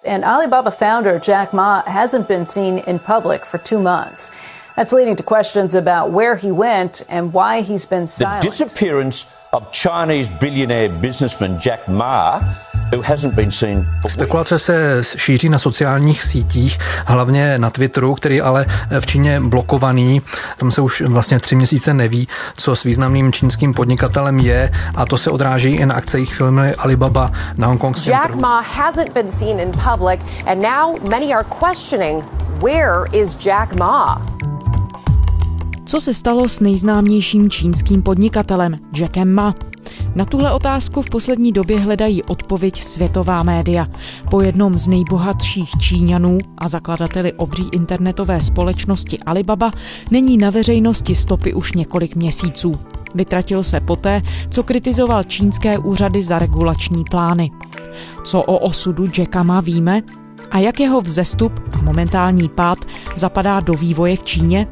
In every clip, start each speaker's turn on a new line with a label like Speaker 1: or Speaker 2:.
Speaker 1: And Alibaba founder Jack Ma hasn't been seen in public for 2 months. That's leading to questions about where he went and why he's been silent.
Speaker 2: The disappearance of Chinese billionaire businessman Jack Ma, who hasn't been seen for weeks.
Speaker 3: Spekulace se šíří na sociálních sítích, hlavně na Twitteru, který je ale v Číně blokovaný. Tam se už vlastně 3 měsíce neví, co s významným čínským podnikatelem je, a to se odráží i na akciích firmy Alibaba na hongkongském trhu.
Speaker 4: Jack Ma hasn't been seen in public and now many are questioning where is Jack Ma.
Speaker 5: Co se stalo s nejznámějším čínským podnikatelem Jackem Ma? Na tuhle otázku v poslední době hledají odpověď světová média. Po jednom z nejbohatších Číňanů a zakladateli obří internetové společnosti Alibaba není na veřejnosti stopy už několik měsíců. Vytratil se poté, co kritizoval čínské úřady za regulační plány. Co o osudu Jacka Ma víme? A jak jeho vzestup a momentální pád zapadá do vývoje v Číně?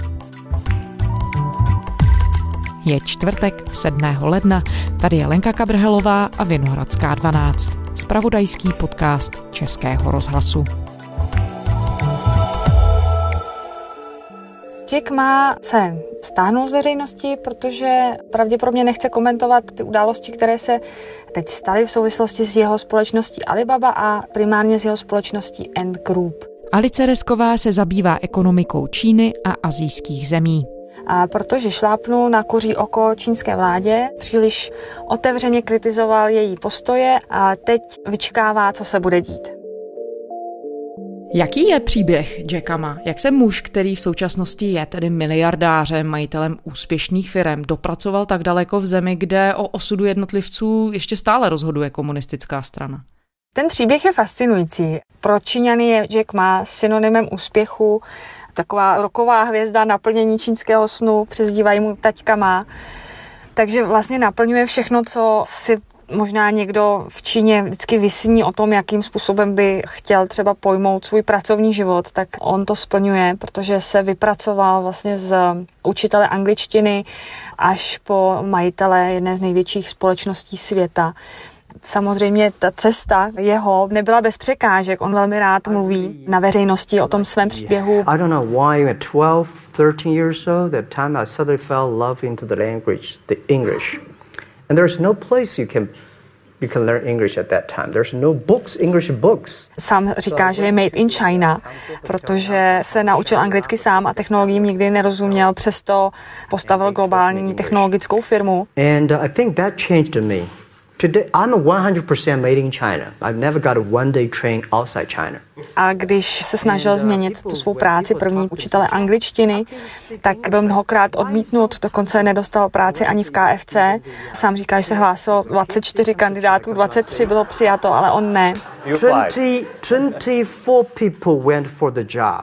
Speaker 5: Je čtvrtek, 7. ledna. Tady je Lenka Kabrhelová a Vinohradská 12. Zpravodajský podcast Českého rozhlasu.
Speaker 6: Jack Ma se stáhnul z veřejnosti, protože pravděpodobně nechce komentovat ty události, které se teď staly v souvislosti s jeho společností Alibaba a primárně s jeho společností Ant Group.
Speaker 5: Alice Resková se zabývá ekonomikou Číny a asijských zemí.
Speaker 6: A protože šlápnul na kuří oko čínské vládě, příliš otevřeně kritizoval její postoje a teď vyčkává, co se bude dít.
Speaker 5: Jaký je příběh Jacka Ma? Jak se muž, který v současnosti je tedy miliardářem, majitelem úspěšných firem, dopracoval tak daleko v zemi, kde o osudu jednotlivců ještě stále rozhoduje komunistická strana?
Speaker 6: Ten příběh je fascinující. Pro Číňany je Jack Ma synonymem úspěchu, taková roková hvězda naplnění čínského snu, přezdívají mu taťka Ma. Takže vlastně naplňuje všechno, co si možná někdo v Číně vždycky vysní o tom, jakým způsobem by chtěl třeba pojmout svůj pracovní život, tak on to splňuje, protože se vypracoval vlastně z učitele angličtiny až po majitele jedné z největších společností světa. Samozřejmě ta cesta jeho nebyla bez překážek. On velmi rád mluví na veřejnosti o tom svém příběhu.
Speaker 7: I don't know why at 12, 13 years old, that time I suddenly fell love into the language, the English. And there's no place you can learn English at that time. There's no books, English books.
Speaker 6: Sám říká, že je made in China, protože se naučil anglicky sám a technologiím nikdy nerozuměl, přesto postavil globální technologickou firmu.
Speaker 7: And I think that changed me. Today, I'm 100% made in China. I've never got a one-day train outside China.
Speaker 6: A když se snažil změnit tu svou práci, první učitele angličtiny, tak byl mnohokrát odmítnut, dokonce nedostal práci ani v KFC. Sám říká, že se hlásilo 24 kandidátů, 23 bylo přijato, ale on ne.
Speaker 7: 24 people went for the job.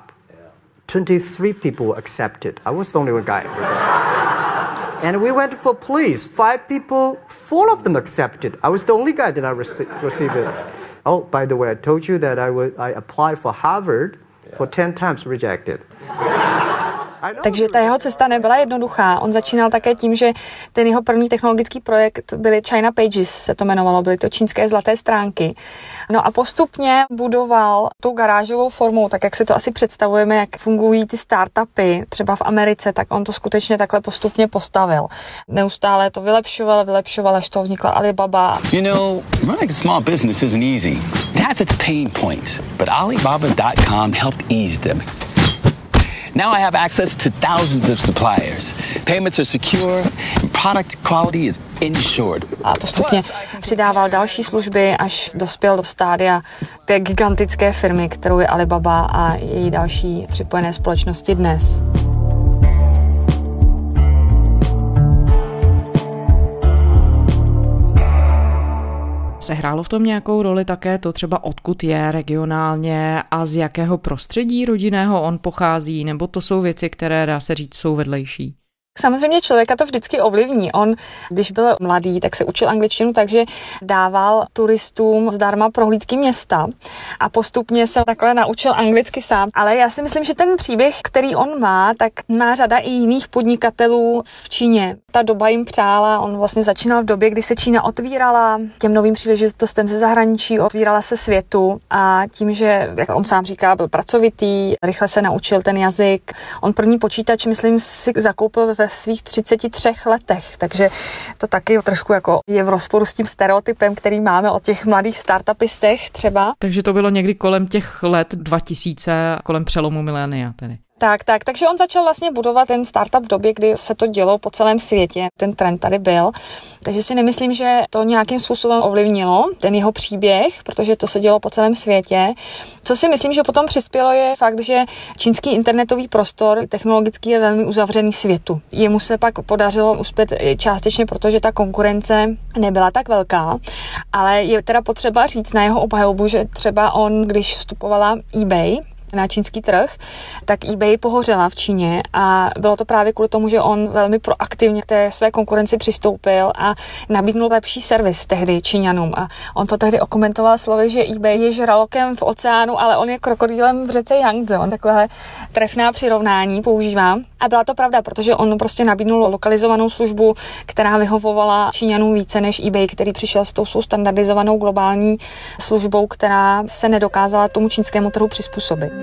Speaker 7: 23 people accepted. I was the only one guy. And we went for police. 5 people, 4 of them accepted. I was the only guy that I received it. Oh, by the way, I told you that I applied for Harvard for 10 times rejected.
Speaker 6: Takže ta jeho cesta nebyla jednoduchá. On začínal také tím, že ten jeho první technologický projekt byly China Pages, se to jmenovalo, byly to čínské zlaté stránky. No a postupně budoval tou garážovou formou, tak jak si to asi představujeme, jak fungují ty startupy, třeba v Americe, tak on to skutečně takhle postupně postavil. Neustále to vylepšoval, až to vznikla Alibaba.
Speaker 8: You know, running a small business isn't easy. It has its pain points, but Alibaba.com helped ease them. Now I have access to thousands of suppliers. Payments are secure and product quality is ensured.
Speaker 6: A postupně přidával další služby, až dospěl do stádia té gigantické firmy, kterou je Alibaba a její další připojené společnosti dnes.
Speaker 5: Sehrálo v tom nějakou roli také to třeba odkud je regionálně a z jakého prostředí rodinného on pochází, nebo to jsou věci, které, dá se říct, jsou vedlejší?
Speaker 6: Samozřejmě člověka to vždycky ovlivní. On, když byl mladý, tak se učil angličtinu, takže dával turistům zdarma prohlídky města a postupně se takhle naučil anglicky sám. Ale já si myslím, že ten příběh, který on má, tak má řada i jiných podnikatelů v Číně. Ta doba jim přála, on vlastně začínal v době, kdy se Čína otvírala těm novým příležitostem ze zahraničí, otvírala se světu a tím, že, jak on sám říká, byl pracovitý, rychle se naučil ten jazyk. On první počítač, myslím, si zakoupil ve svých 33 letech, takže to taky trošku jako je v rozporu s tím stereotypem, který máme o těch mladých startupistech třeba.
Speaker 5: Takže to bylo někdy kolem těch let 2000, kolem přelomu milénia tedy.
Speaker 6: Takže on začal vlastně budovat ten startup v době, kdy se to dělo po celém světě. Ten trend tady byl. Takže si nemyslím, že to nějakým způsobem ovlivnilo ten jeho příběh, protože to se dělo po celém světě. Co si myslím, že potom přispělo, je fakt, že čínský internetový prostor technologický je velmi uzavřený světu. Jemu se pak podařilo uspět částečně, protože ta konkurence nebyla tak velká, ale je teda potřeba říct na jeho obhajobu, že třeba on, když vstupovala eBay na čínský trh, tak eBay pohořela v Číně a bylo to právě kvůli tomu, že on velmi proaktivně k té své konkurenci přistoupil a nabídnul lepší servis tehdy Číňanům. A on to tehdy okomentoval slovy, že eBay je žralokem v oceánu, ale on je krokodýlem v řece Yangtze. On takové trefná přirovnání používá. A byla to pravda, protože on prostě nabídnul lokalizovanou službu, která vyhovovala Číňanům více než eBay, který přišel s tou svou standardizovanou globální službou, která se nedokázala tomu čínskému trhu přizpůsobit.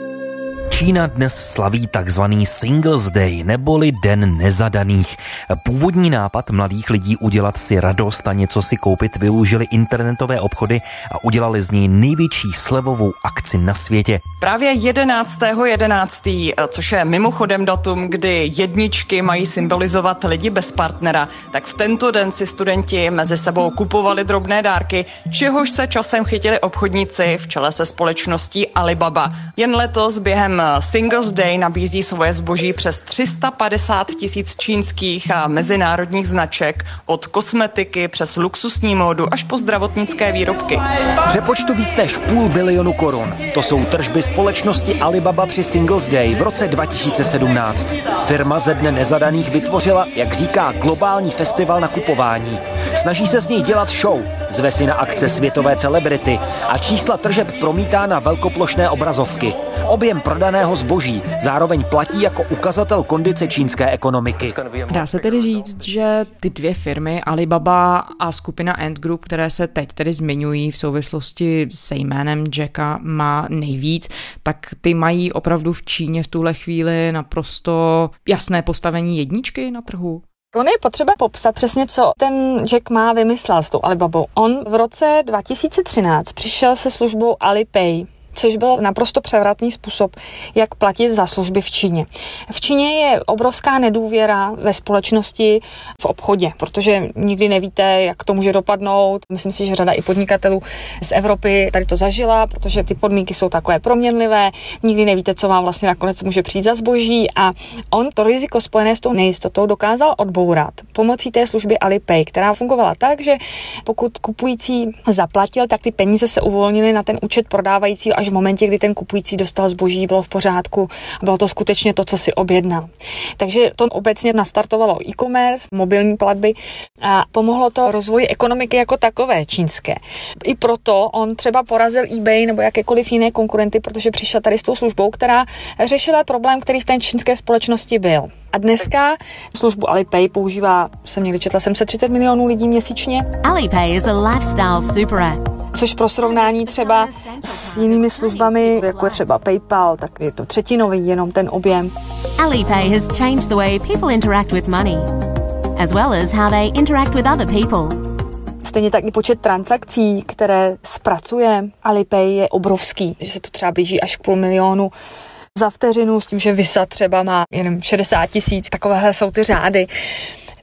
Speaker 9: Čína dnes slaví takzvaný Singles Day, neboli Den nezadaných. Původní nápad mladých lidí udělat si radost a něco si koupit využili internetové obchody a udělali z něj největší slevovou akci na světě.
Speaker 10: Právě 11.11., což je mimochodem datum, kdy jedničky mají symbolizovat lidi bez partnera, tak v tento den si studenti mezi sebou kupovali drobné dárky, čehož se časem chytili obchodníci v čele se společností Alibaba. Jen letos během Singles Day nabízí svoje zboží přes 350 000 čínských a mezinárodních značek, od kosmetiky přes luxusní módu až po zdravotnické výrobky.
Speaker 11: V přepočtu víc než $500 milionu korun. To jsou tržby společnosti Alibaba při Singles Day v roce 2017. Firma ze Dne nezadaných vytvořila, jak říká, globální festival nakupování. Snaží se z něj dělat show, zve si na akce světové celebrity a čísla tržeb promítá na velkoplošné obrazovky. Objem prodaného zboží zároveň platí jako ukazatel kondice čínské ekonomiky.
Speaker 5: Dá se tedy říct, že ty dvě firmy, Alibaba a skupina Ant Group, které se teď tedy zmiňují v souvislosti se jménem Jacka Ma nejvíc, tak ty mají opravdu v Číně v tuhle chvíli naprosto jasné postavení jedničky na trhu?
Speaker 6: On je potřeba popsat přesně, co ten Jack Ma vymyslel s tou Alibabou. On v roce 2013 přišel se službou Alipay, což byl naprosto převratný způsob, jak platit za služby v Číně. V Číně je obrovská nedůvěra ve společnosti, v obchodě, protože nikdy nevíte, jak to může dopadnout. Myslím si, že řada i podnikatelů z Evropy tady to zažila, protože ty podmínky jsou takové proměnlivé, nikdy nevíte, co vám vlastně nakonec může přijít za zboží a on to riziko spojené s tou nejistotou dokázal odbourat pomocí té služby Alipay, která fungovala tak, že pokud kupující zaplatil, tak ty peníze se uvolnily na ten účet prodávajícího až v momentě, kdy ten kupující dostal zboží, bylo v pořádku a bylo to skutečně to, co si objednal. Takže to obecně nastartovalo e-commerce, mobilní platby a pomohlo to rozvoji ekonomiky jako takové čínské. I proto on třeba porazil eBay nebo jakékoliv jiné konkurenty, protože přišel tady s tou službou, která řešila problém, který v té čínské společnosti byl. A dneska službu Alipay používá, četla jsem 30 milionů lidí měsíčně.
Speaker 12: Alipay is a lifestyle super app.
Speaker 6: Což pro srovnání třeba s jinými službami, jako je třeba PayPal, tak je to třetinový jenom ten objem.
Speaker 12: Alipay has changed the way people interact with money, as well as how they interact with other people.
Speaker 6: Stejně tak i počet transakcí, které zpracuje Alipay, je obrovský, že se to třeba blíží až k 500 000 za vteřinu, s tím, že Visa třeba má jenom 60 000, takovéhle jsou ty řády.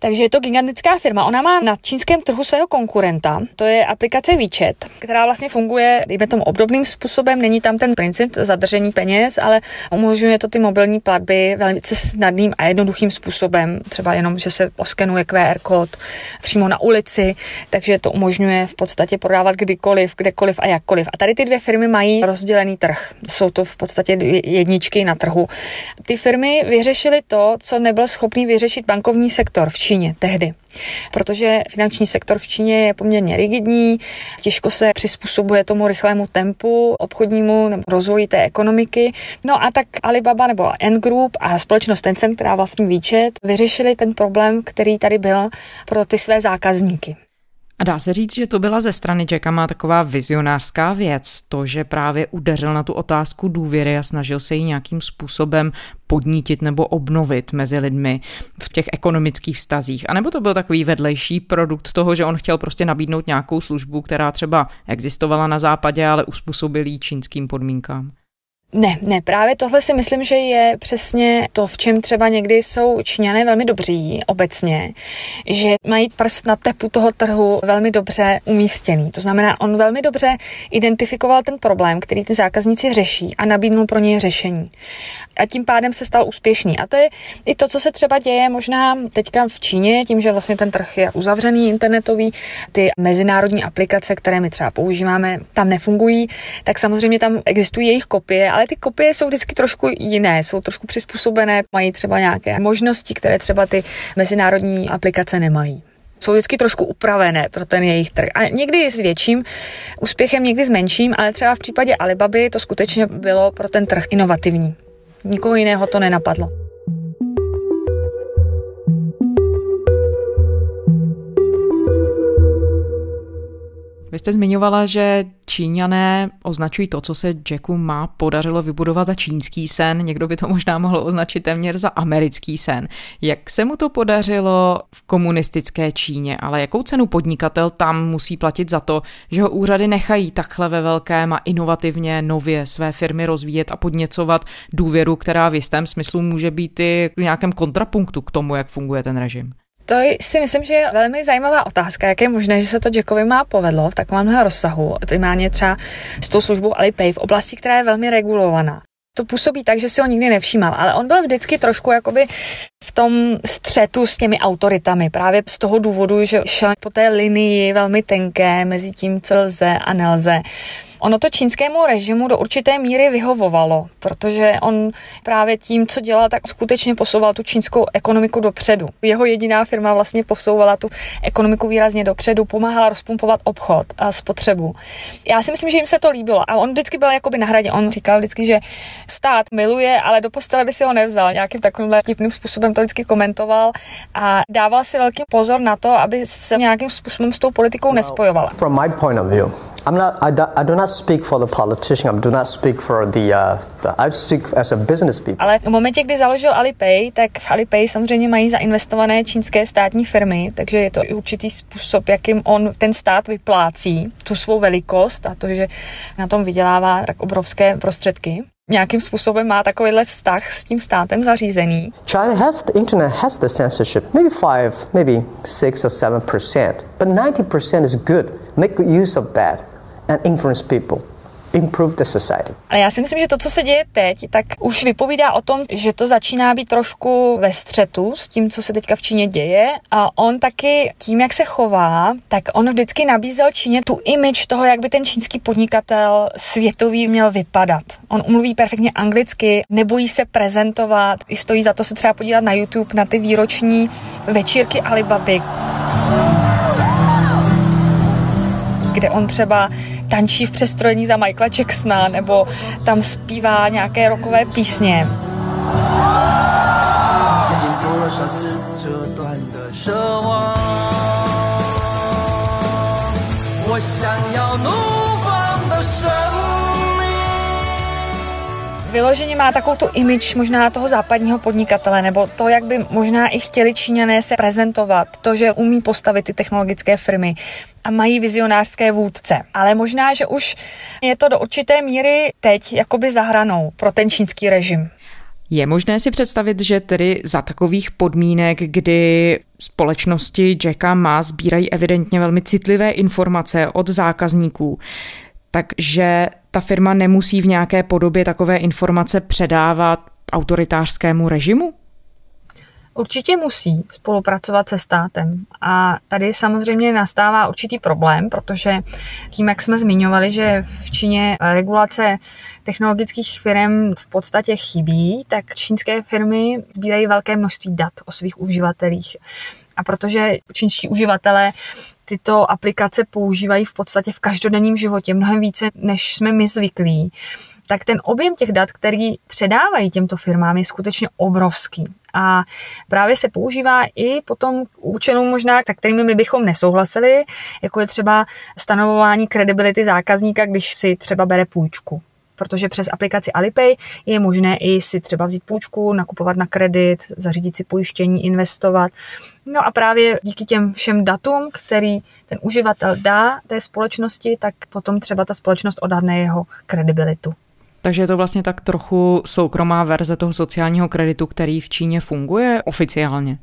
Speaker 6: Takže je to gigantická firma. Ona má na čínském trhu svého konkurenta, to je aplikace WeChat, která vlastně funguje dejme tomu obdobným způsobem. Není tam ten princip zadržení peněz, ale umožňuje to ty mobilní platby velice snadným a jednoduchým způsobem. Třeba jenom, že se oskenuje QR kód přímo na ulici, takže to umožňuje v podstatě prodávat kdykoliv, kdekoliv a jakkoliv. A tady ty dvě firmy mají rozdělený trh. Jsou to v podstatě jedničky na trhu. Ty firmy vyřešily to, co nebyl schopný vyřešit bankovní sektor v Číně tehdy. Protože finanční sektor v Číně je poměrně rigidní, těžko se přizpůsobuje tomu rychlému tempu obchodnímu nebo rozvoji té ekonomiky. No a tak Alibaba nebo Ant Group a společnost Tencent, která vlastní WeChat, vyřešili ten problém, který tady byl pro ty své zákazníky.
Speaker 5: A dá se říct, že to byla ze strany Jacka Ma taková vizionářská věc, to, že právě udeřil na tu otázku důvěry a snažil se ji nějakým způsobem podnítit nebo obnovit mezi lidmi v těch ekonomických vztazích. A nebo to byl takový vedlejší produkt toho, že on chtěl prostě nabídnout nějakou službu, která třeba existovala na západě, ale uspůsobilý čínským podmínkám?
Speaker 6: Ne, právě tohle si myslím, že je přesně to, v čem třeba někdy jsou Číňané velmi dobří obecně, že mají prst na tepu toho trhu velmi dobře umístěný. To znamená, on velmi dobře identifikoval ten problém, který ty zákazníci řeší a nabídnul pro něj řešení. A tím pádem se stal úspěšný. A to je i to, co se třeba děje možná teďka v Číně, tím, že vlastně ten trh je uzavřený internetový, ty mezinárodní aplikace, které my třeba používáme, tam nefungují, tak samozřejmě tam existují jejich kopie, ale ty kopie jsou vždycky trošku jiné, jsou trošku přizpůsobené, mají třeba nějaké možnosti, které třeba ty mezinárodní aplikace nemají. Jsou vždycky trošku upravené pro ten jejich trh. A někdy s větším úspěchem, někdy s menším, ale třeba v případě Alibaby to skutečně bylo pro ten trh inovativní. Nikoho jiného to nenapadlo.
Speaker 5: Vy jste zmiňovala, že Číňané označují to, co se Jacku Ma podařilo vybudovat za čínský sen. Někdo by to možná mohl označit téměř za americký sen. Jak se mu to podařilo v komunistické Číně, ale jakou cenu podnikatel tam musí platit za to, že ho úřady nechají takhle ve velkém a inovativně nově své firmy rozvíjet a podněcovat důvěru, která v jistém smyslu může být i v nějakém kontrapunktu k tomu, jak funguje ten režim?
Speaker 6: To si myslím, že je velmi zajímavá otázka, jak je možné, že se to Jackovi Ma povedlo v takovém rozsahu, primárně třeba s tou službou Alipay v oblasti, která je velmi regulovaná. To působí tak, že si ho nikdy nevšímal, ale on byl vždycky trošku jakoby v tom střetu s těmi autoritami, právě z toho důvodu, že šel po té linii velmi tenké mezi tím, co lze a nelze. Ono to čínskému režimu do určité míry vyhovovalo, protože on právě tím, co dělal, tak skutečně posouval tu čínskou ekonomiku dopředu. Jeho jediná firma vlastně posouvala tu ekonomiku výrazně dopředu, pomáhala rozpumpovat obchod a spotřebu. Já si myslím, že jim se to líbilo a on vždycky byl jakoby na hradě. On říkal vždycky, že stát miluje, ale do postele by si ho nevzal. Nějakým takovým vtipným způsobem to vždycky komentoval a dával si velký pozor na to, aby se nějakým způsobem s tou politikou nespojovala.
Speaker 7: From my point of view, I do not speak for the politician, I do not speak for I speak as a business people.
Speaker 6: Ale v momentě, kdy založil Alipay, tak v Alipay samozřejmě mají zainvestované čínské státní firmy, takže je to i určitý způsob, jakým on ten stát vyplácí tu svou velikost a to, že na tom vydělává tak obrovské prostředky. Nějakým způsobem má takovýhle vztah s tím státem zařízený.
Speaker 7: China the internet has the censorship, maybe 5, maybe 6 or 7%, but 90% is good. Make use of that and influence people. Improve the society.
Speaker 6: Ale já si myslím, že to, co se děje teď, tak už vypovídá o tom, že to začíná být trošku ve střetu s tím, co se teďka v Číně děje. A on taky tím, jak se chová, tak on vždycky nabízel Číně tu image toho, jak by ten čínský podnikatel světový měl vypadat. On mluví perfektně anglicky, nebojí se prezentovat, i stojí za to se třeba podívat na YouTube na ty výroční večírky Alibaby, kde on třeba tančí v přestrojení za Michaela Jacksona nebo tam zpívá nějaké rockové písně. Vyloženě má takovou tu image možná toho západního podnikatele, nebo to, jak by možná i chtěli Číňané se prezentovat, to, že umí postavit ty technologické firmy a mají vizionářské vůdce. Ale možná, že už je to do určité míry teď jakoby za hranou pro ten čínský režim.
Speaker 5: Je možné si představit, že tedy za takových podmínek, kdy společnosti Jacka Ma sbírají evidentně velmi citlivé informace od zákazníků, takže ta firma nemusí v nějaké podobě takové informace předávat autoritářskému režimu?
Speaker 6: Určitě musí spolupracovat se státem a tady samozřejmě nastává určitý problém, protože tím, jak jsme zmiňovali, že v Číně regulace technologických firm v podstatě chybí, tak čínské firmy sbírají velké množství dat o svých uživatelích. A protože čínští uživatelé tyto aplikace používají v podstatě v každodenním životě mnohem více, než jsme my zvyklí, tak ten objem těch dat, který předávají těmto firmám, je skutečně obrovský. A právě se používá i potom k účelům možná, se kterými my bychom nesouhlasili, jako je třeba stanovování kredibility zákazníka, když si třeba bere půjčku. Protože přes aplikaci Alipay je možné i si třeba vzít půjčku, nakupovat na kredit, zařídit si pojištění, investovat. No a právě díky těm všem datům, který ten uživatel dá té společnosti, tak potom třeba ta společnost odhadne jeho kredibilitu.
Speaker 5: Takže je to vlastně tak trochu soukromá verze toho sociálního kreditu, který v Číně funguje oficiálně.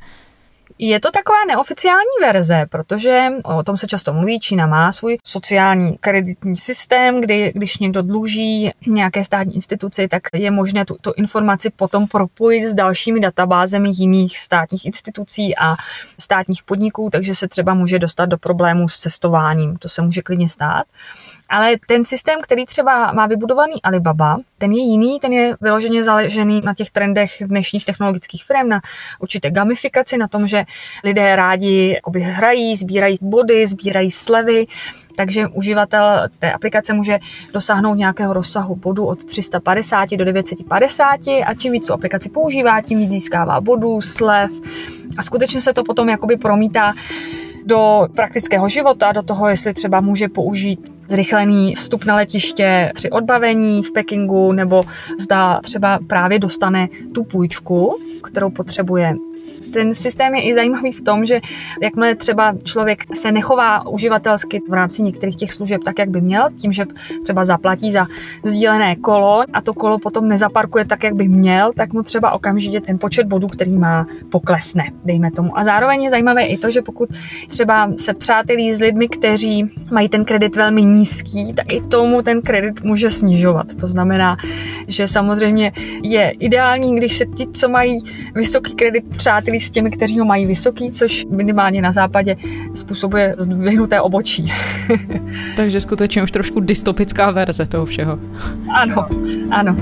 Speaker 6: Je to taková neoficiální verze, protože o tom se často mluví, Čína má svůj sociální kreditní systém, kdy když někdo dluží nějaké státní instituci, tak je možné tu informaci potom propojit s dalšími databázemi jiných státních institucí a státních podniků, takže se třeba může dostat do problémů s cestováním. To se může klidně stát. Ale ten systém, který třeba má vybudovaný Alibaba, ten je jiný, ten je vyloženě založený na těch trendech dnešních technologických firm, na určité gamifikaci, na tom, že lidé rádi hrají, sbírají body, sbírají slevy, takže uživatel té aplikace může dosáhnout nějakého rozsahu bodů od 350 do 950 a čím víc tu aplikaci používá, tím víc získává bodů, slev a skutečně se to potom jakoby promítá do praktického života, do toho, jestli třeba může použít zrychlený vstup na letiště při odbavení v Pekingu, nebo zda třeba právě dostane tu půjčku, kterou potřebuje. Ten systém je i zajímavý v tom, že jakmile třeba člověk se nechová uživatelsky v rámci některých těch služeb tak, jak by měl, tím, že třeba zaplatí za sdílené kolo a to kolo potom nezaparkuje tak, jak by měl, tak mu třeba okamžitě ten počet bodů, který má, poklesne, dejme tomu. A zároveň je zajímavé i to, že pokud třeba se přátelí s lidmi, kteří mají ten kredit velmi nízký, tak i tomu ten kredit může snižovat. To znamená, že samozřejmě je ideální, když se ti, co mají vysoký kredit, přátelí s těmi, kteří ho mají vysoký, což minimálně na západě způsobuje zdvihnuté obočí.
Speaker 5: Takže skutečně už trošku dystopická verze toho všeho.
Speaker 6: Ano, ano.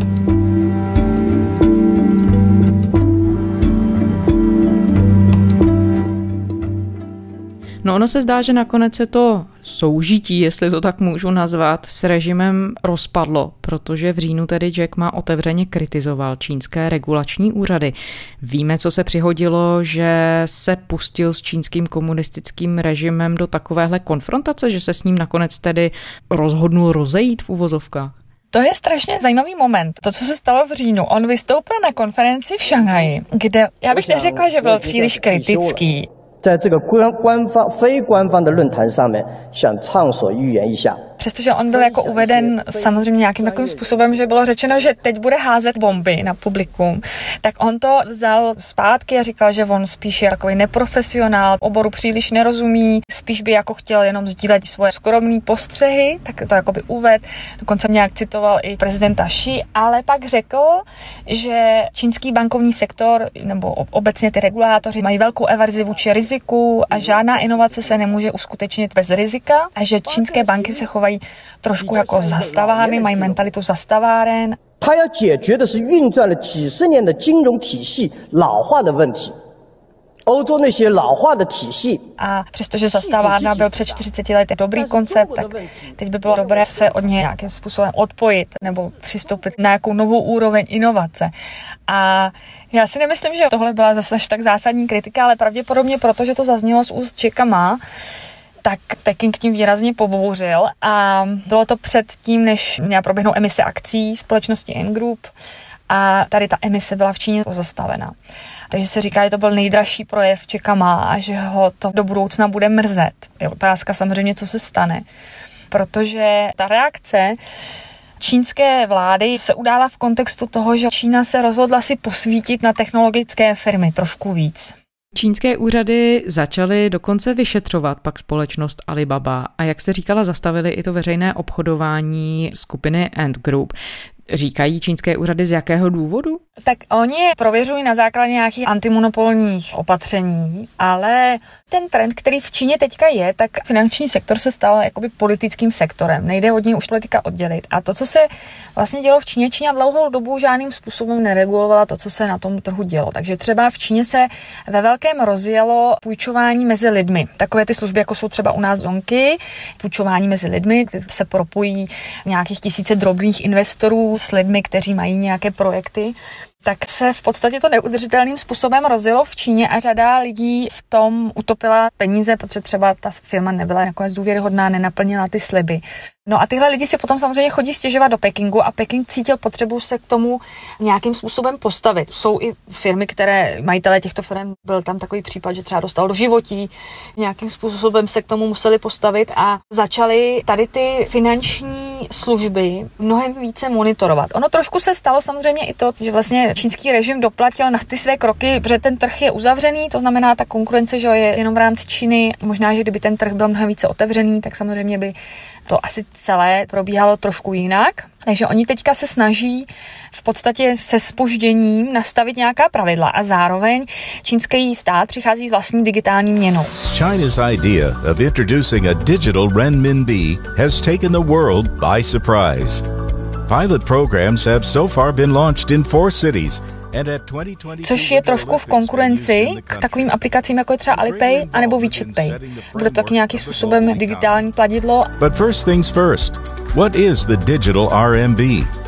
Speaker 5: No ono se zdá, že nakonec se to soužití, jestli to tak můžu nazvat, s režimem rozpadlo, protože v říjnu tedy Jack Ma otevřeně kritizoval čínské regulační úřady. Víme, co se přihodilo, že se pustil s čínským komunistickým režimem do takovéhle konfrontace, že se s ním nakonec tedy rozhodnul rozejít v uvozovkách.
Speaker 6: To je strašně zajímavý moment. To, co se stalo v říjnu, on vystoupil na konferenci v Šanghaji, kde já bych neřekla, že byl příliš kritický.
Speaker 13: 在这个非官方的论坛上面，想畅所欲言一下。
Speaker 6: Přestože on byl jako uveden samozřejmě nějakým takovým způsobem, že bylo řečeno, že teď bude házet bomby na publikum, tak on to vzal zpátky a říkal, že on spíš je takový neprofesionál, oboru příliš nerozumí, spíš by jako chtěl jenom sdílet svoje skromné postřehy, tak to jakoby uved, dokonce nějak citoval i prezidenta Xi, ale pak řekl, že čínský bankovní sektor nebo obecně ty regulátoři mají velkou averzi vůči riziku a žádná inovace se nemůže uskutečnit bez rizika a že čínské banky se chovají trošku jako zastavárny, mají mentalitu zastaváren.
Speaker 13: 他要解决的是运转了几十年的金融体系老化的问题。欧洲那些老化的体系。
Speaker 6: A přestože zastavárna byl před 40 lety dobrý koncept, tak teď by bylo dobré se od něj nějakým způsobem odpojit nebo přistoupit na nějakou novou úroveň inovace. A já si nemyslím, že tohle byla zase až tak zásadní kritika, ale pravděpodobně proto, že to zaznělo z úst Jacka Ma, tak Peking tím výrazně pobouřil a bylo to před tím, než měla proběhnout emise akcí společnosti Ant Group a tady ta emise byla v Číně pozastavena. Takže se říká, že to byl nejdražší projev Jacka Ma a že ho to do budoucna bude mrzet. Je otázka samozřejmě, co se stane. Protože ta reakce čínské vlády se udála v kontextu toho, že Čína se rozhodla si posvítit na technologické firmy trošku víc.
Speaker 5: Čínské úřady začaly dokonce vyšetřovat pak společnost Alibaba a jak jste říkala, zastavili i to veřejné obchodování skupiny Ant Group. Říkají čínské úřady z jakého důvodu?
Speaker 6: Tak oni je prověřují na základě nějakých antimonopolních opatření, ale ten trend, který v Číně teďka je, tak finanční sektor se stal jakoby politickým sektorem. Nejde od něj už politika oddělit. A to, co se vlastně dělo v Číně, Čína dlouhou dobu žádným způsobem neregulovala to, co se na tom trhu dělo. Takže třeba v Číně se ve velkém rozjelo půjčování mezi lidmi. Takové ty služby, jako jsou třeba u nás donky, půjčování mezi lidmi, se propojí nějakých tisíce drobných investorů s lidmi, kteří mají nějaké projekty. Tak se v podstatě to neudržitelným způsobem rozjelo v Číně a řada lidí v tom utopila peníze, protože třeba ta firma nebyla nakonec důvěryhodná, nenaplnila ty sliby. No a tyhle lidi si potom samozřejmě chodí stěžovat do Pekingu a Peking cítil potřebu se k tomu nějakým způsobem postavit. Jsou i firmy, které majitelé těchto firm, byl tam takový případ, že třeba dostal do životí, nějakým způsobem se k tomu museli postavit a začali tady ty finanční služby mnohem více monitorovat. Ono trošku se stalo samozřejmě i to, že vlastně čínský režim doplatil na ty své kroky, protože ten trh je uzavřený, to znamená ta konkurence, že je jenom v rámci Číny. Možná, že kdyby ten trh byl mnohem více otevřený, tak samozřejmě by to asi celé probíhalo trošku jinak. Takže oni teďka se snaží v podstatě se zpožděním nastavit nějaká pravidla a zároveň čínský stát přichází s vlastní digitální měnou.
Speaker 14: China's idea of introducing a digital renminbi has taken the world by surprise. Pilot programs have so far been launched in 4 cities.
Speaker 6: Což je trošku v konkurenci k takovým aplikacím, jako je třeba Alipay anebo WeChat Pay. Bude to taky nějakým způsobem digitální platidlo.
Speaker 14: But first things first, what is the digital RMB?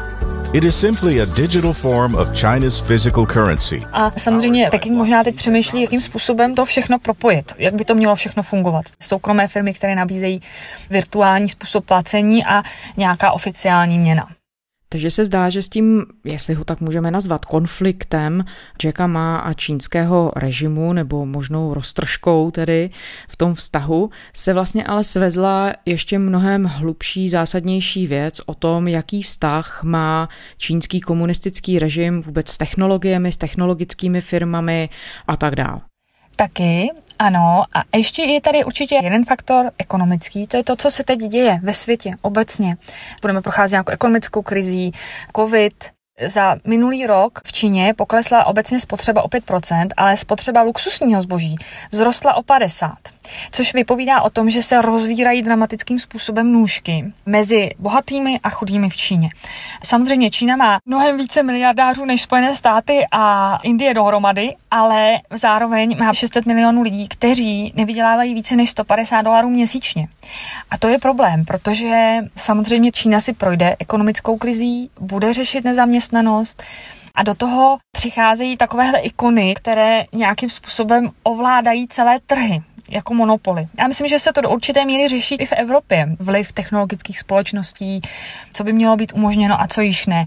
Speaker 14: It is simply a digital form of China's physical currency.
Speaker 6: A samozřejmě Peking možná teď přemýšlí, jakým způsobem to všechno propojit, jak by to mělo všechno fungovat. Soukromé firmy, které nabízejí virtuální způsob placení a nějaká oficiální měna.
Speaker 5: Takže se zdá, že s tím, jestli ho tak můžeme nazvat, konfliktem Jacka Ma a čínského režimu, nebo možnou roztržkou tedy v tom vztahu, se vlastně ale svezla ještě mnohem hlubší, zásadnější věc o tom, jaký vztah má čínský komunistický režim vůbec s technologiemi, s technologickými firmami a tak dále.
Speaker 6: Taky, ano. A ještě je tady určitě jeden faktor ekonomický, to je to, co se teď děje ve světě obecně. Budeme procházet nějakou ekonomickou krizí, covid. Za minulý rok v Číně poklesla obecně spotřeba o 5%, ale spotřeba luxusního zboží vzrostla o 50%. Což vypovídá o tom, že se rozvírají dramatickým způsobem nůžky mezi bohatými a chudými v Číně. Samozřejmě Čína má mnohem více miliardářů než Spojené státy a Indie dohromady, ale zároveň má 600 milionů lidí, kteří nevydělávají více než $150 měsíčně. A to je problém, protože samozřejmě Čína si projde ekonomickou krizí, bude řešit nezaměstnanost, a do toho přicházejí takovéhle ikony, které nějakým způsobem ovládají celé trhy jako monopoly. Já myslím, že se to do určité míry řeší i v Evropě. Vliv technologických společností, co by mělo být umožněno a co již ne.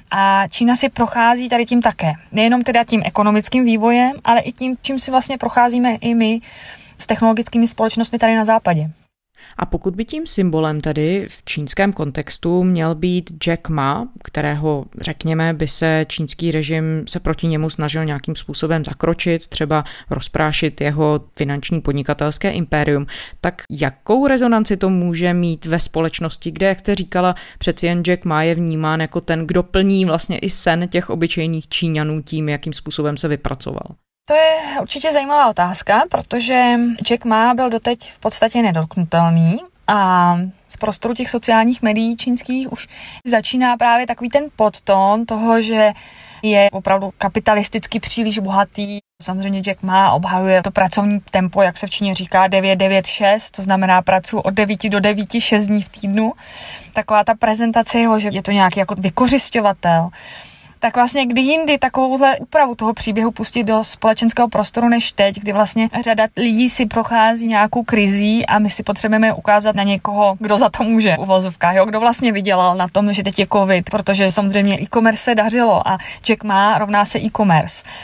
Speaker 6: A Čína si prochází tady tím také. Nejenom teda tím ekonomickým vývojem, ale i tím, čím si vlastně procházíme i my s technologickými společnostmi tady na západě.
Speaker 5: A pokud by tím symbolem tedy v čínském kontextu měl být Jack Ma, kterého, řekněme, by se čínský režim se proti němu snažil nějakým způsobem zakročit, třeba rozprášit jeho finanční podnikatelské impérium, tak jakou rezonanci to může mít ve společnosti, kde, jak jste říkala, přeci jen Jack Ma je vnímán jako ten, kdo plní vlastně i sen těch obyčejných Číňanů tím, jakým způsobem se vypracoval?
Speaker 6: To je určitě zajímavá otázka, protože Jack Ma byl doteď v podstatě nedotknutelný a v prostoru těch sociálních médií čínských už začíná právě takový ten podtón toho, že je opravdu kapitalisticky příliš bohatý. Samozřejmě Jack Ma obhajuje to pracovní tempo, jak se v Číně říká 9-9-6, to znamená pracuji od 9 do 9, 6 dní v týdnu. Taková ta prezentace jeho, že je to nějaký jako vykořisťovatel. Tak vlastně kdy jindy takovouhle úpravu toho příběhu pustit do společenského prostoru než teď, kdy vlastně řada lidí si prochází nějakou krizí a my si potřebujeme ukázat na někoho, kdo za to může v uvozovkách, kdo vlastně vydělal na tom, že teď je covid, protože samozřejmě e-commerce se dařilo a Jack Ma rovná se e-commerce.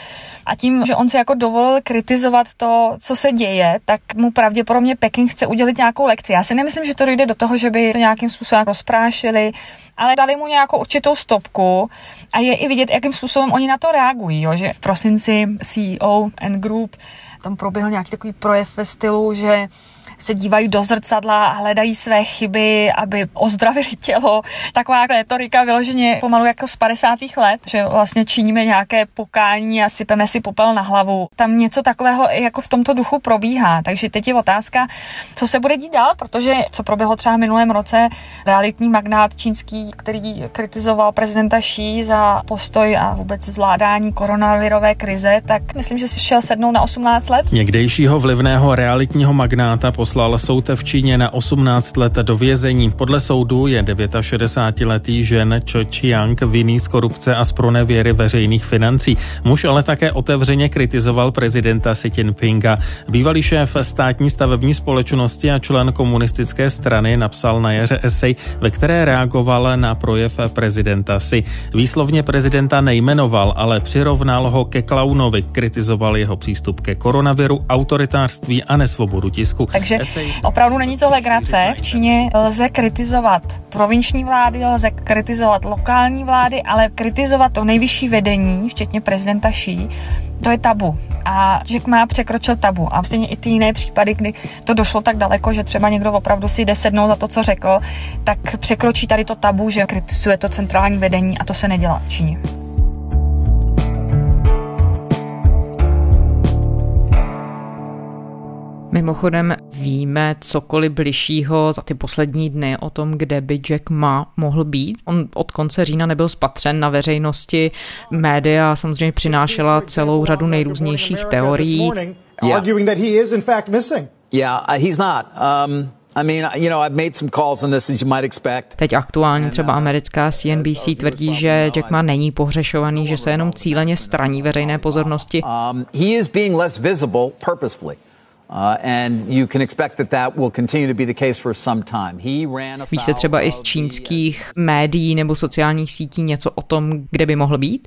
Speaker 6: A tím, že on si jako dovolil kritizovat to, co se děje, tak mu pravděpodobně Peking chce udělit nějakou lekci. Já si nemyslím, že to dojde do toho, že by to nějakým způsobem rozprášili, ale dali mu nějakou určitou stopku a je i vidět, jakým způsobem oni na to reagují, jo? Že v prosinci CEO and Group tam proběhl nějaký takový projev ve stylu, že se dívají do zrcadla a hledají své chyby, aby ozdravili tělo. Taková retorika vyloženě pomalu jako z 50. let, že vlastně činíme nějaké pokání a sypeme si popel na hlavu. Tam něco takového jako v tomto duchu probíhá. Takže teď je otázka, co se bude dít dál, protože co proběhlo třeba v minulém roce, realitní magnát čínský, který kritizoval prezidenta Xi za postoj a vůbec zvládání koronavirové krize, tak myslím, že si šel sednout na 18 let.
Speaker 15: Někdejšího vlivného realitního magnáta poslal soud v Číně na 18 let do vězení. Podle soudu je 69letý Zhen Zhejiang vinný z korupce a z pronevěry veřejných financí. Muž ale také otevřeně kritizoval prezidenta Xi Jinpinga. Bývalý šéf státní stavební společnosti a člen komunistické strany napsal na jaře esej, ve které reagoval na projev prezidenta Xi. Výslovně prezidenta nejmenoval, ale přirovnal ho ke klaunovi. Kritizoval jeho přístup ke koronaviru, autoritářství a nesvobodu tisku.
Speaker 6: Takže opravdu není to legrace. V Číně lze kritizovat provinční vlády, lze kritizovat lokální vlády, ale kritizovat to nejvyšší vedení, včetně prezidenta Xi, to je tabu. A Jack Ma překročil tabu. A stejně i ty jiné případy, kdy to došlo tak daleko, že třeba někdo opravdu si jde sednout za to, co řekl, tak překročí tady to tabu, že kritizuje to centrální vedení a to se nedělá v Číně.
Speaker 5: Mimochodem víme cokoliv bližšího za ty poslední dny o tom, kde by Jack Ma mohl být. On od konce října nebyl spatřen na veřejnosti. Média samozřejmě přinášela celou řadu nejrůznějších teorií. Teď aktuálně třeba americká CNBC tvrdí, že Jack Ma není pohřešovaný, že se jenom cíleně straní veřejné pozornosti. Ví se třeba i z čínských médií nebo sociálních sítí něco o tom, kde by mohl být?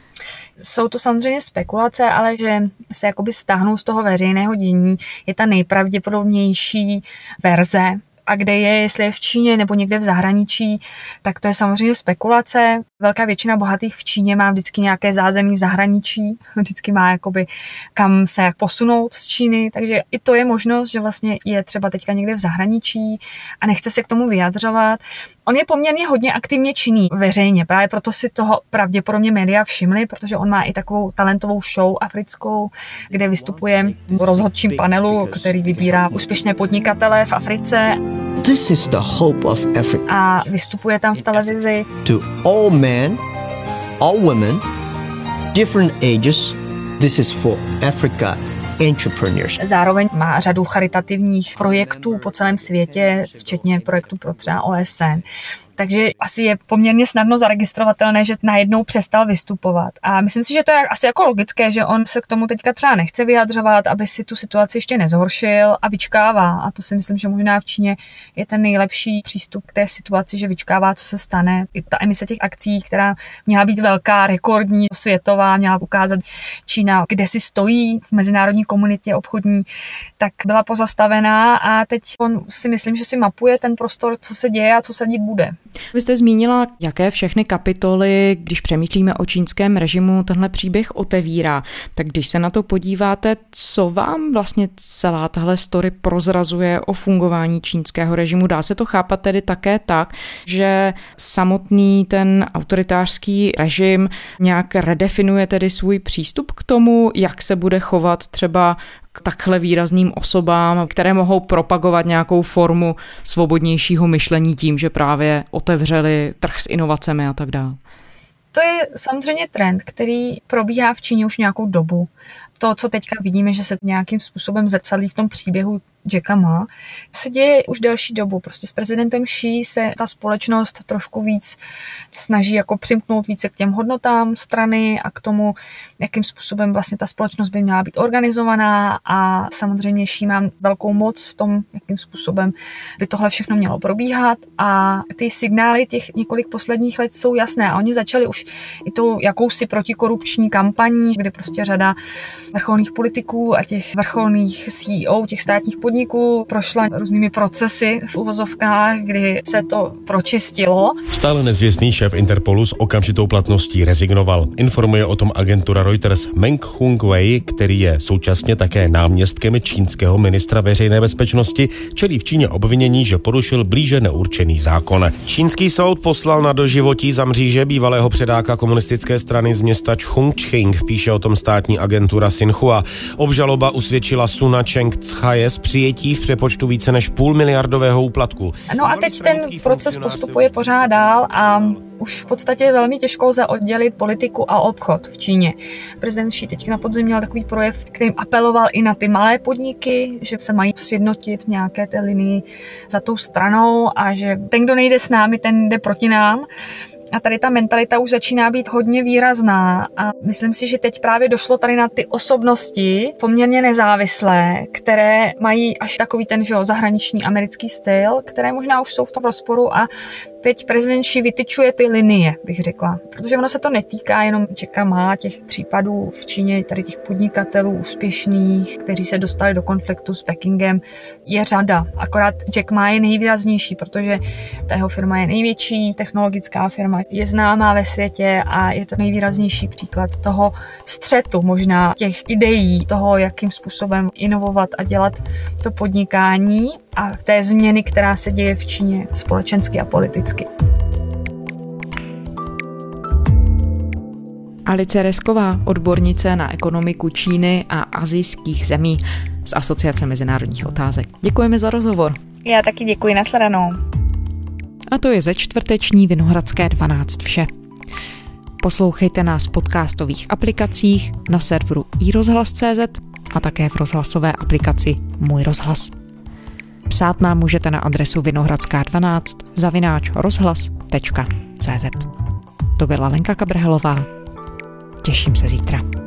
Speaker 6: Jsou to samozřejmě spekulace, ale že se jakoby stáhnou z toho veřejného dění je ta nejpravděpodobnější verze. A kde je, jestli je v Číně nebo někde v zahraničí, tak to je samozřejmě spekulace. Velká většina bohatých v Číně má vždycky nějaké zázemí v zahraničí, vždycky má jakoby kam se jak posunout z Číny, takže i to je možnost, že vlastně je třeba teďka někde v zahraničí a nechce se k tomu vyjadřovat. On je poměrně hodně aktivně činný veřejně, právě proto si toho pravděpodobně média všimli, protože on má i takovou talentovou show africkou, kde vystupuje v rozhodčím panelu, který vybírá úspěšné podnikatele v Africe.
Speaker 13: This is the hope of Africa.
Speaker 6: A vystupuje tam v televizi.
Speaker 13: To all men, all women, different ages, this is for Africa. Entrepreneurs.
Speaker 6: Zároveň má řadu charitativních projektů po celém světě, včetně projektů pro třeba OSN. Takže asi je poměrně snadno zaregistrovatelné, že najednou přestal vystupovat. A myslím si, že to je asi jako logické, že on se k tomu teďka třeba nechce vyjadřovat, aby si tu situaci ještě nezhoršil a vyčkává. A to si myslím, že možná v Číně je ten nejlepší přístup k té situaci, že vyčkává, co se stane. I ta emise těch akcí, která měla být velká, rekordní, světová, měla ukázat Čína, kde si stojí v mezinárodní komunitě obchodní, tak byla pozastavená a teď on si myslím, že si mapuje ten prostor, co se děje a co se dít bude.
Speaker 5: Vy jste zmínila, jaké všechny kapitoly, když přemýšlíme o čínském režimu, tenhle příběh otevírá. Tak když se na to podíváte, co vám vlastně celá tahle story prozrazuje o fungování čínského režimu? Dá se to chápat tedy také tak, že samotný ten autoritářský režim nějak redefinuje tedy svůj přístup k tomu, jak se bude chovat třeba k takhle výrazným osobám, které mohou propagovat nějakou formu svobodnějšího myšlení tím, že právě otevřeli trh s inovacemi a tak dále.
Speaker 6: To je samozřejmě trend, který probíhá v Číně už nějakou dobu. To, co teďka vidíme, že se nějakým způsobem zrcadlí v tom příběhu Jacka Ma se děje už delší dobu. Prostě s prezidentem Xi se ta společnost trošku víc snaží jako přimknout více k těm hodnotám strany a k tomu, jakým způsobem vlastně ta společnost by měla být organizovaná, a samozřejmě Xi má velkou moc v tom, jakým způsobem by tohle všechno mělo probíhat, a ty signály těch několik posledních let jsou jasné a oni začali už i tou jakousi protikorupční kampaní, kdy prostě řada vrcholných politiků a těch vrcholných CEO těch státních podniků prošla různými procesy v uvozovkách, kdy se to pročistilo.
Speaker 16: Stále nezvěstný šéf Interpolu s okamžitou platností rezignoval. Informuje o tom agentura Reuters. Meng Hongwei, který je současně také náměstkem čínského ministra veřejné bezpečnosti, čelí v Číně obvinění, že porušil blíže neurčený zákon. Čínský soud poslal na doživotí za mříže bývalého předáka komunistické strany z města Chongqing, píše o tom státní agentura Xinhua. Obžaloba usvědčila Suna Cheng-Tschaje z přijetí v přepočtu více než půlmiliardového úplatku.
Speaker 6: No a teď ten proces postupuje pořád dál a už v podstatě velmi těžko lze oddělit politiku a obchod v Číně. Prezident Xi teď na podzim měl takový projev, kterým apeloval i na ty malé podniky, že se mají sjednotit v nějaké té linii za tou stranou a že ten, kdo nejde s námi, ten jde proti nám. A tady ta mentalita už začíná být hodně výrazná a myslím si, že teď právě došlo tady na ty osobnosti poměrně nezávislé, které mají až takový ten zahraniční americký styl, které možná už jsou v tom rozporu a teď prezident Xi vytyčuje ty linie, bych řekla. Protože ono se to netýká jenom Jacka Ma, těch případů v Číně, tady těch podnikatelů úspěšných, kteří se dostali do konfliktu s Pekingem, je řada. Akorát Jack Ma je nejvýraznější, protože ta jeho firma je největší technologická firma, je známá ve světě a je to nejvýraznější příklad toho střetu možná těch ideí, toho, jakým způsobem inovovat a dělat to podnikání a té změny, která se děje v Číně společensky a politicky.
Speaker 5: Alice Resková, odbornice na ekonomiku Číny a asijských zemí z Asociace mezinárodních otázek. Děkujeme za rozhovor.
Speaker 6: Já taky děkuji, nashledanou.
Speaker 5: A to je ze čtvrteční Vinohradské 12 vše. Poslouchejte nás v podcastových aplikacích, na serveru iRozhlas.cz a také v rozhlasové aplikaci Můj rozhlas. Psát nám můžete na adresu vinohradská12@rozhlas.cz. To byla Lenka Kabrhelová. Těším se zítra.